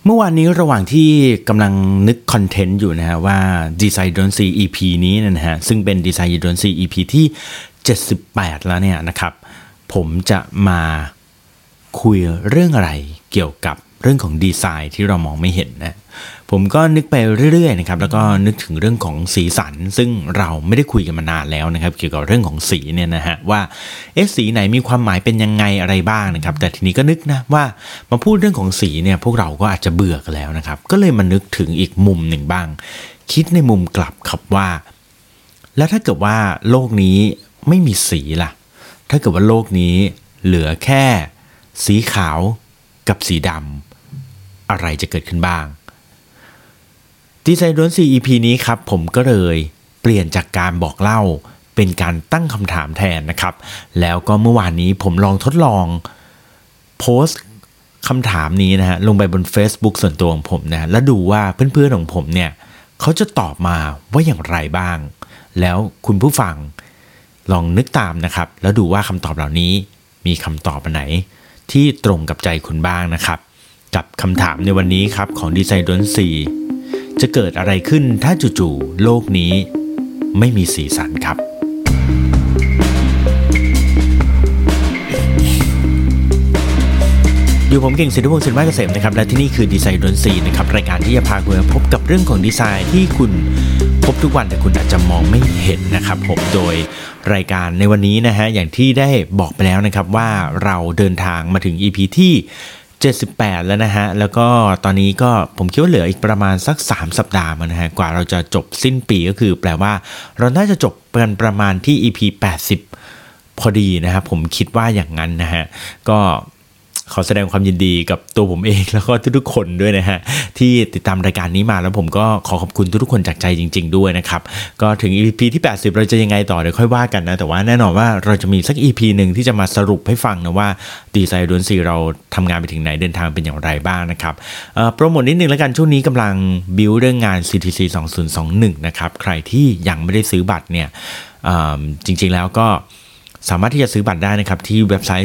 มื่อวานนี้ระหว่างที่กำลังนึกคอนเทนต์อยู่นะฮะว่า Design Don't See EP นี้นะฮะซึ่งเป็น Design Don't See EP ที่78แล้วเนี่ยนะครับผมจะมาคุยเรื่องอะไรเกี่ยวกับเรื่องของดีไซน์ที่เรามองไม่เห็นนะผมก็นึกไปเรื่อยๆนะครับแล้วก็นึกถึงเรื่องของสีสันซึ่งเราไม่ได้คุยกันมานานแล้วนะครับเกี่ยวกับเรื่องของสีเนี่ยนะฮะว่าสีไหนมีความหมายเป็นยังไงอะไรบ้างนะครับแต่ทีนี้ก็นึกนะว่ามาพูดเรื่องของสีเนี่ยพวกเราก็อาจจะเบื่อกันแล้วนะครับก็เลยมานึกถึงอีกมุมหนึ่งบ้างคิดในมุมกลับครับว่าแล้วถ้าเกิดว่าโลกนี้ไม่มีสีล่ะถ้าเกิดว่าโลกนี้เหลือแค่สีขาวกับสีดำอะไรจะเกิดขึ้นบ้างDesign Don't See EP นี้ครับผมก็เลยเปลี่ยนจากการบอกเล่าเป็นการตั้งคำถามแทนนะครับแล้วก็เมื่อวานนี้ผมลองทดลองโพสต์คำถามนี้นะฮะลงไปบน Facebook ส่วนตัวของผมนะแล้วดูว่าเพื่อนๆของผมเนี่ยเขาจะตอบมาว่าอย่างไรบ้างแล้วคุณผู้ฟังลองนึกตามนะครับแล้วดูว่าคำตอบเหล่านี้มีคำตอบอันไหนที่ตรงกับใจคุณบ้างนะครับกับคำถามในวันนี้ครับของ Design Don't Seeจะเกิดอะไรขึ้นถ้าจู่ๆโลกนี้ไม่มีสีสันครับอยู่ผมเก่งศิริพงศ์ศิริมาเกษมนะครับและที่นี่คือ Design Don't See นะครับรายการที่จะพาคุณมาพบกับเรื่องของดีไซน์ที่คุณพบทุกวันแต่คุณอาจจะมองไม่เห็นนะครับผมโดยรายการในวันนี้นะฮะอย่างที่ได้บอกไปแล้วนะครับว่าเราเดินทางมาถึง EP ที่78แล้วนะฮะแล้วก็ตอนนี้ก็ผมคิดว่าเหลืออีกประมาณสัก3สัปดาห์นะฮะกว่าเราจะจบสิ้นปีก็คือแปลว่าเราน่าจะจบกันประมาณที่ EP 80พอดีนะครับผมคิดว่าอย่างนั้นนะฮะก็ขอแสดงความยินดีกับตัวผมเองแล้วก็ทุกๆคนด้วยนะฮะที่ติดตามรายการนี้มาแล้วผมก็ขอขอบคุณทุกๆคนจากใจจริงๆด้วยนะครับก็ถึง EP ที่80เราจะยังไงต่อเดี๋ยวค่อยว่ากันนะแต่ว่าแน่นอนว่าเราจะมีสัก EP นึงที่จะมาสรุปให้ฟังนะว่า Design Don't See เราทำงานไปถึงไหนเดินทางเป็นอย่างไรบ้างนะครับโปรโมทนิดนึงแล้วกันช่วงนี้กำลังบิวเรื่องงาน CTC 2021นะครับใครที่ยังไม่ได้ซื้อบัตรเนี่ยจริงๆแล้วก็สามารถที่จะซื้อบัตรได้นะครับที่เว็บไซต์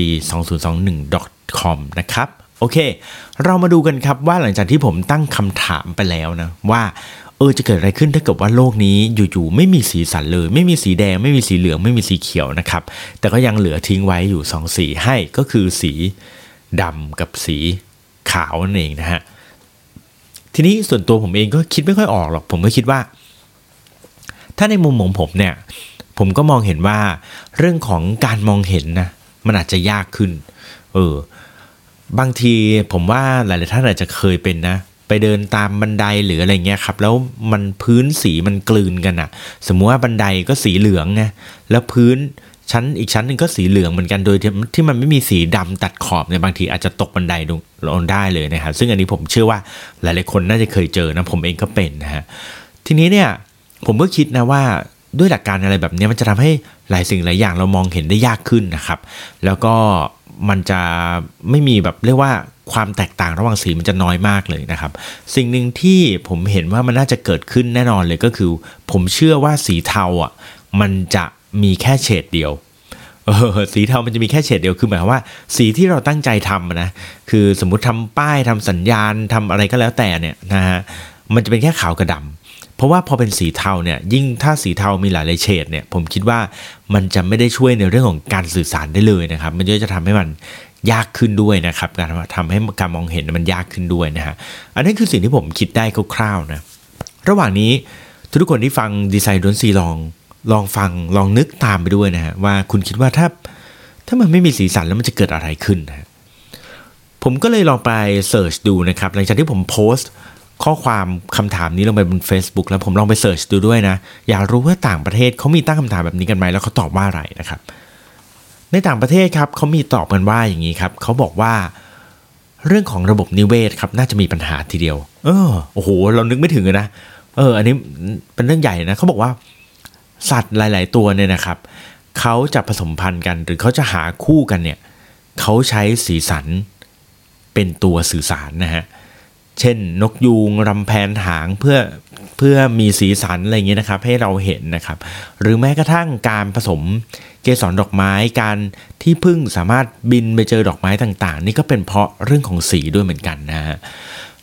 ctc2021.com นะครับโอเคเรามาดูกันครับว่าหลังจากที่ผมตั้งคำถามไปแล้วนะว่าจะเกิดอะไรขึ้นถ้าเกิดว่าโลกนี้อยู่ๆไม่มีสีสันเลยไม่มีสีแดงไม่มีสีเหลืองไม่มีสีเขียวนะครับแต่ก็ยังเหลือทิ้งไว้อยู่2สีให้ก็คือสีดำกับสีขาวนั่นเองนะฮะทีนี้ส่วนตัวผมเองก็คิดไม่ค่อยออกหรอกผมก็คิดว่าถ้าในมุมของผมเนี่ยผมก็มองเห็นว่าเรื่องของการมองเห็นนะมันอาจจะยากขึ้นบางทีผมว่าหลายๆท่านอาจจะเคยเป็นนะไปเดินตามบันไดหรืออะไรเงี้ยครับแล้วมันพื้นสีมันกลืนกันอะสมมุติว่าบันไดก็สีเหลืองไงแล้วพื้นชั้นอีกชั้นนึงก็สีเหลืองเหมือนกันโดยที่มันไม่มีสีดำตัดขอบเนี่ยบางทีอาจจะตกบันไดลงได้เลยนะครับซึ่งอันนี้ผมเชื่อว่าหลายๆคนน่าจะเคยเจอนะผมเองก็เป็นนะฮะทีนี้เนี่ยผมก็คิดนะว่าด้วยหลักการอะไรแบบนี้มันจะทำให้หลายสิ่งหลายอย่างเรามองเห็นได้ยากขึ้นนะครับแล้วก็มันจะไม่มีแบบเรียกว่าความแตกต่างระหว่างสีมันจะน้อยมากเลยนะครับสิ่งหนึ่งที่ผมเห็นว่ามันน่าจะเกิดขึ้นแน่นอนเลยก็คือผมเชื่อว่าสีเทาอ่ะมันจะมีแค่เฉดเดียวสีเทามันจะมีแค่เฉดเดียวคือหมายความว่าสีที่เราตั้งใจทำนะคือสมมุติทำป้ายทำสัญญาณทำอะไรก็แล้วแต่เนี่ยนะฮะมันจะเป็นแค่ขาวกับดำเพราะว่าพอเป็นสีเทาเนี่ยยิ่งถ้าสีเทามีหลายๆเฉดเนี่ยผมคิดว่ามันจะไม่ได้ช่วยในเรื่องของการสื่อสารได้เลยนะครับมันจะทำให้มันยากขึ้นด้วยนะครับการทำให้การมองเห็นมันยากขึ้นด้วยนะฮะอันนี้คือสิ่งที่ผมคิดได้คร่าวๆนะระหว่างนี้ทุกคนที่ฟัง Design Don't See ลองฟังลองนึกตามไปด้วยนะฮะว่าคุณคิดว่าถ้ามันไม่มีสีสันแล้วมันจะเกิดอะไรขึ้นนะผมก็เลยลองไปเสิร์ชดูนะครับหลังจากที่ผมโพสต์ข้อความคำถามนี้ลงไปบน Facebook แล้วผมลองไปเสิร์ชดูด้วยนะอยากรู้ว่าต่างประเทศเขามีตั้งคำถามแบบนี้กันไหมแล้วเขาตอบว่าอะไรนะครับในต่างประเทศครับเขามีตอบกันว่าอย่างนี้ครับเขาบอกว่าเรื่องของระบบนิเวศครับน่าจะมีปัญหาทีเดียวโอ้โหเรานึกไม่ถึงเลยนะอันนี้เป็นเรื่องใหญ่นะเขาบอกว่าสัตว์หลายๆตัวเนี่ยนะครับเขาจะผสมพันธุ์กันหรือเขาจะหาคู่กันเนี่ยเขาใช้สีสันเป็นตัวสื่อสารนะฮะเช่นนกยูงรำแพนหางเพื่อมีสีสันอะไรอย่างเงี้ยนะครับให้เราเห็นนะครับหรือแม้กระทั่งการผสมเกสรดอกไม้การที่ผึ้งสามารถบินไปเจอดอกไม้ต่างๆนี่ก็เป็นเพราะเรื่องของสีด้วยเหมือนกันนะฮะ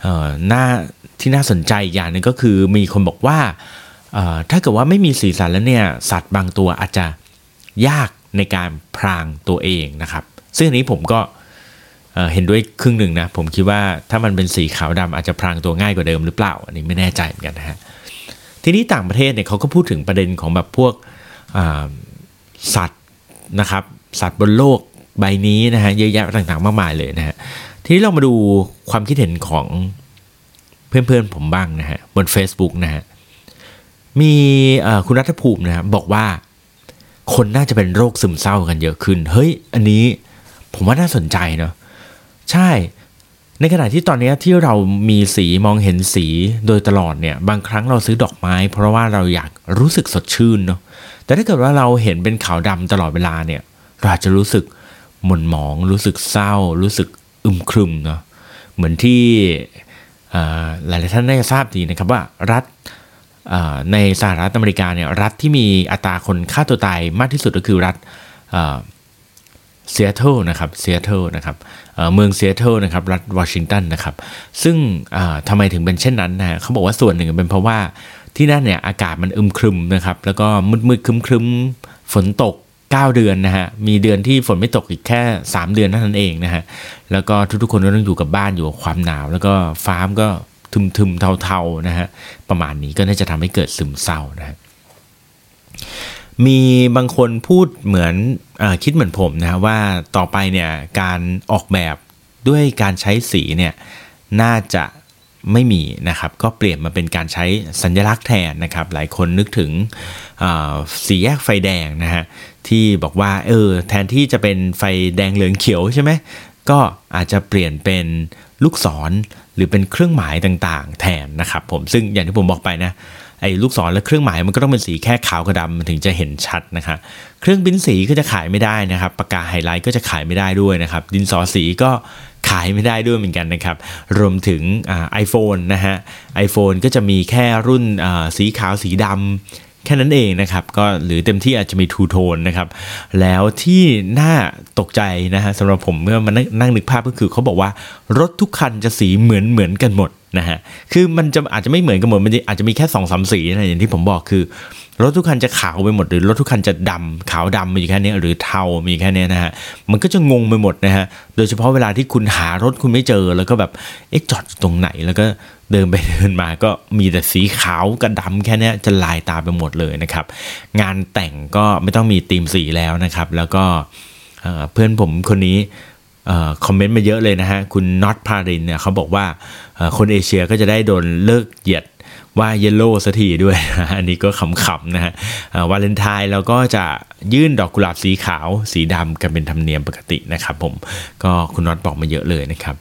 น่าที่น่าสนใจอย่างนึงก็คือมีคนบอกว่าถ้าเกิดว่าไม่มีสีสันแล้วเนี่ยสัตว์บางตัวอาจจะยากในการพรางตัวเองนะครับซึ่งอันนี้ผมก็เห็นด้วยครึ่งหนึ่งนะผมคิดว่าถ้ามันเป็นสีขาวดำอาจจะพรางตัวง่ายกว่าเดิมหรือเปล่าอันนี้ไม่แน่ใจเหมือนกันนะฮะทีนี้ต่างประเทศเนี่ยเขาก็พูดถึงประเด็นของแบบพวกสัตว์นะครับสัตว์บนโลกใบนี้นะฮะเยอะแยะต่างๆมากมายเลยนะฮะทีนี้เรามาดูความคิดเห็นของเพื่อนๆผมบ้างนะฮะบน Facebook นะฮะมีคุณรัฐภูมินะบอกว่าคนน่าจะเป็นโรคซึมเศร้ากันเยอะขึ้นเฮ้ยอันนี้ผมว่าน่าสนใจเนาะใช่ในขณะที่ตอนนี้ที่เรามีสีมองเห็นสีโดยตลอดเนี่ยบางครั้งเราซื้อดอกไม้เพราะว่าเราอยากรู้สึกสดชื่นเนาะแต่ถ้าเกิดว่าเราเห็นเป็นขาวดำตลอดเวลาเนี่ยเราอาจจะรู้สึกหม่นหมองรู้สึกเศร้ารู้สึกอึมครึมเนาะเหมือนที่หลายๆท่านได้ทราบดีนะครับว่ารัฐในสหรัฐอเมริกาเนี่ยรัฐที่มีอัตราคนฆ่าตัวตายมากที่สุดก็คือรัฐซีแอตเทิลนะครับซีแอตเทิลนะครับเมืองซีแอตเทิลนะครับรัฐวอชิงตันนะครับซึ่งทำไมถึงเป็นเช่นนั้นนะเขาบอกว่าส่วนหนึ่งเป็นเพราะว่าที่นั่นเนี่ยอากาศมันอึมครึมนะครับแล้วก็มืดๆครึมๆฝนตก9 เดือนนะฮะมีเดือนที่ฝนไม่ตกอีกแค่3 เดือนเท่านั้นเองนะฮะแล้วก็ทุกๆคนก็ต้องอยู่กับบ้านอยู่กับความหนาวแล้วก็ฟ้าก็ทึมๆเทาๆนะฮะประมาณนี้ก็น่าจะทำให้เกิดซึมเศร้านะฮะมีบางคนพูดเหมือนคิดเหมือนผมนะว่าต่อไปเนี่ยการออกแบบด้วยการใช้สีเนี่ยน่าจะไม่มีนะครับก็เปลี่ยนมาเป็นการใช้สัญลักษณ์แทนนะครับหลายคนนึกถึงสี่แยกไฟแดงนะฮะที่บอกว่าแทนที่จะเป็นไฟแดงเหลืองเขียวใช่ไหมก็อาจจะเปลี่ยนเป็นลูกศรหรือเป็นเครื่องหมายต่างๆแทนนะครับผมซึ่งอย่างที่ผมบอกไปนะไอ้ลูกศรและเครื่องหมายมันก็ต้องเป็นสีแค่ขาวกับดำมันถึงจะเห็นชัดนะครับเครื่องพิมพ์สีก็จะขายไม่ได้นะครับปากกาไฮไลท์ก็จะขายไม่ได้ด้วยนะครับดินสอสีก็ขายไม่ได้ด้วยเหมือนกันนะครับรวมถึงiPhone นะฮะ iPhone ก็จะมีแค่รุ่นสีขาวสีดำแค่นั้นเองนะครับก็หรือเต็มที่อาจจะมีทูโทนนะครับแล้วที่น่าตกใจนะฮะสำหรับผมเมื่อมานั่งนึกภาพก็คือเขาบอกว่ารถทุกคันจะสีเหมือนกันหมดนะฮะคือมันจะอาจจะไม่เหมือนกันหมดมันอาจจะมีแค่ 2-3 สีนะอย่างที่ผมบอกคือรถทุกคันจะขาวไปหมดหรือรถทุกคันจะดำขาวดำมีแค่นี้หรือเทามีแค่นี้นะฮะมันก็จะงงไปหมดนะฮะโดยเฉพาะเวลาที่คุณหารถคุณไม่เจอแล้วก็แบบจอดตรงไหนแล้วก็เดินไปเดินมาก็มีแต่สีขาวกับดำแค่นี้จะลายตาไปหมดเลยนะครับงานแต่งก็ไม่ต้องมีธีมสีแล้วนะครับแล้วก็เพื่อนผมคนนี้คอมเมนต์มาเยอะเลยนะฮะคุณน็อตพารินเนี่ยเขาบอกว่าคนเอเชียก็จะได้โดนเลิกเหยียดว่าเยลโล่สักทีด้วยนะอันนี้ก็ขำๆนะฮะวาเลนไทน์เราก็จะยื่นดอกกุหลาบสีขาวสีดำกันเป็นธรรมเนียมปกตินะครับผมก็คุณน็อตบอกมาเยอะเลยนะครับ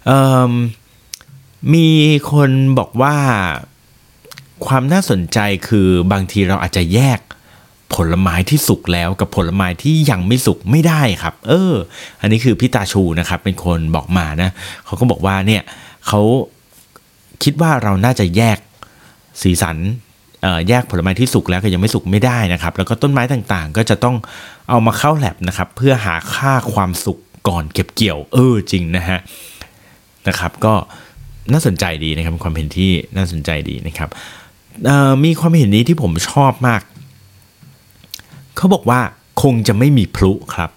มีคนบอกว่าความน่าสนใจคือบางทีเราอาจจะแยกผลไม้ที่สุกแล้วกับผลไม้ที่ยังไม่สุกไม่ได้ครับอันนี้คือพี่ตาชูนะครับเป็นคนบอกมานะเขาก็บอกว่าเนี่ยเขาคิดว่าเราน่าจะแยกสีสันแยกผลไม้ที่สุกแล้วก็ยังไม่สุกไม่ได้นะครับแล้วก็ต้นไม้ต่างๆก็จะต้องเอามาเข้าแลบนะครับเพื่อหาค่าความสุกก่อนเก็บเกี่ยวจริงนะครับก็น่าสนใจดีนะครับความเห็นที่น่าสนใจดีนะครับมีความเห็นนี้ที่ผมชอบมากเขาบอกว่าคงจะไม่มีพลุครับ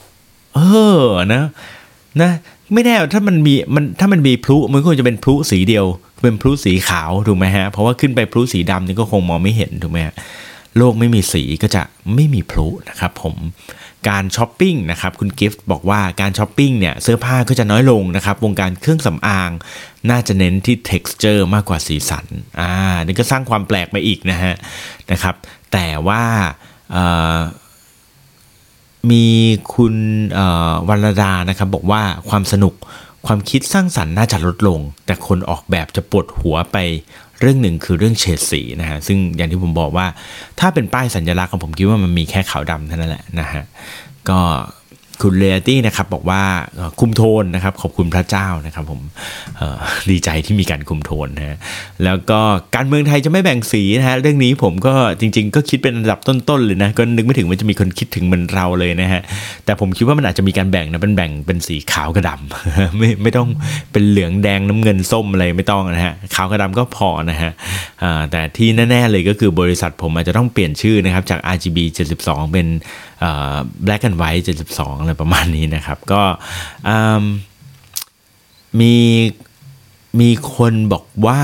นะไม่แน่ถ้ามันมีพลุมันคงจะเป็นพลุสีเดียวเป็นพลุสีขาวถูกไหมฮะเพราะว่าขึ้นไปพลุสีดำนี่ก็คงมองไม่เห็นถูกไหมฮะโลกไม่มีสีก็จะไม่มีพลุนะครับผมการช้อปปิ้งนะครับคุณกิฟต์บอกว่าการช้อปปิ้งเนี่ยเสื้อผ้าก็จะน้อยลงนะครับวงการเครื่องสำอางน่าจะเน้นที่ texture มากกว่าสีสันนี่ก็สร้างความแปลกมาอีกนะครับแต่ว่ามีคุณวรดานะครับบอกว่าความสนุกความคิดสร้างสรรค์น่าจะลดลงแต่คนออกแบบจะปวดหัวไปเรื่องหนึ่งคือเรื่องเฉดสีนะฮะซึ่งอย่างที่ผมบอกว่าถ้าเป็นป้ายสัญลักษณ์ของผมคิดว่ามันมีแค่ขาวดำเท่านั้นแหละนะฮะก็คุณเรียตี้นะครับบอกว่าคุมโทนนะครับขอบคุณพระเจ้านะครับผมดีใจที่มีการคุมโทนนะฮะแล้วก็การเมืองไทยจะไม่แบ่งสีนะฮะเรื่องนี้ผมก็จริงๆก็คิดเป็นอันดับต้นๆเลยนะก็นึกไม่ถึงมันจะมีคนคิดถึงเหมือนเราเลยนะฮะแต่ผมคิดว่ามันอาจจะมีการแบ่งนะเป็นแบ่งเป็นสีขาวกับดำ ไม่ต้องเป็นเหลืองแดงน้ำเงินส้มอะไรไม่ต้องนะฮะขาวกับดำก็พอนะฮะแต่ที่แน่ๆเลยก็คือบริษัทผมอาจจะต้องเปลี่ยนชื่อนะครับจาก RGB 72เป็นBlack and White 72อะไรประมาณนี้นะครับก็มีคนบอกว่า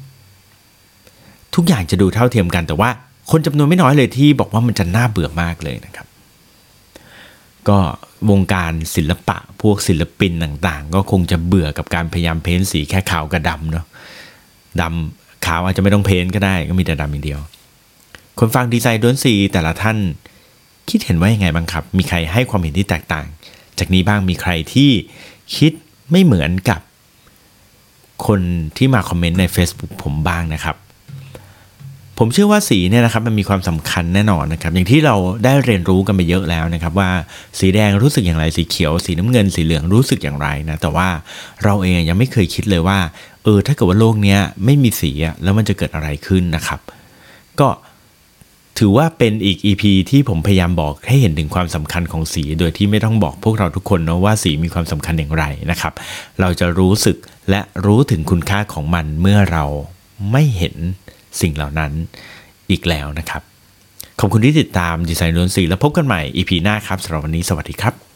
ทุกอย่างจะดูเท่าเทียมกันแต่ว่าคนจำนวนไม่น้อยเลยที่บอกว่ามันจะน่าเบื่อมากเลยนะครับก็วงการศิลปะพวกศิลปินต่างๆก็คงจะเบื่อกับการพยายามเพ้นสีแค่ขาวกับดำเนาะดำขาวอาจจะไม่ต้องเพ้นก็ได้ก็มีแต่ดำอย่างเดียวคนฟังดีไซน์ล้วนสีแต่ละท่านคิดเห็นว่ายังไงบ้างครับมีใครให้ความเห็นที่แตกต่างจากนี้บ้างมีใครที่คิดไม่เหมือนกับคนที่มาคอมเมนต์ใน Facebook ผมบ้างนะครับผมเชื่อว่าสีเนี่ยนะครับมันมีความสำคัญแน่นอนนะครับอย่างที่เราได้เรียนรู้กันไปเยอะแล้วนะครับว่าสีแดงรู้สึกอย่างไรสีเขียวสีน้ำเงินสีเหลืองรู้สึกอย่างไรนะแต่ว่าเราเองยังไม่เคยคิดเลยว่าถ้าเกิดว่าโลกนี้ไม่มีสีแล้วมันจะเกิดอะไรขึ้นนะครับก็ถือว่าเป็นอีก EP ที่ผมพยายามบอกให้เห็นถึงความสำคัญของสีโดยที่ไม่ต้องบอกพวกเราทุกคนนะว่าสีมีความสำคัญอย่างไรนะครับเราจะรู้สึกและรู้ถึงคุณค่าของมันเมื่อเราไม่เห็นสิ่งเหล่านั้นอีกแล้วนะครับขอบคุณที่ติดตามดีไซน์ล้วนสีแล้วพบกันใหม่ EP หน้าครับสำหรับวันนี้สวัสดีครับ